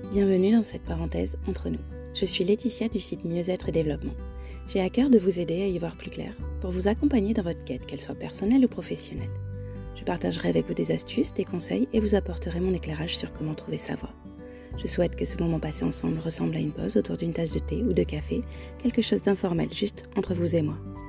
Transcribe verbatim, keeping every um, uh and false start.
Bienvenue dans cette parenthèse entre nous. Je suis Laetitia du site Mieux-être et Développement. J'ai à cœur de vous aider à y voir plus clair pour vous accompagner dans votre quête, qu'elle soit personnelle ou professionnelle. Je partagerai avec vous des astuces, des conseils et vous apporterai mon éclairage sur comment trouver sa voie. Je souhaite que ce moment passé ensemble ressemble à une pause autour d'une tasse de thé ou de café, quelque chose d'informel juste entre vous et moi.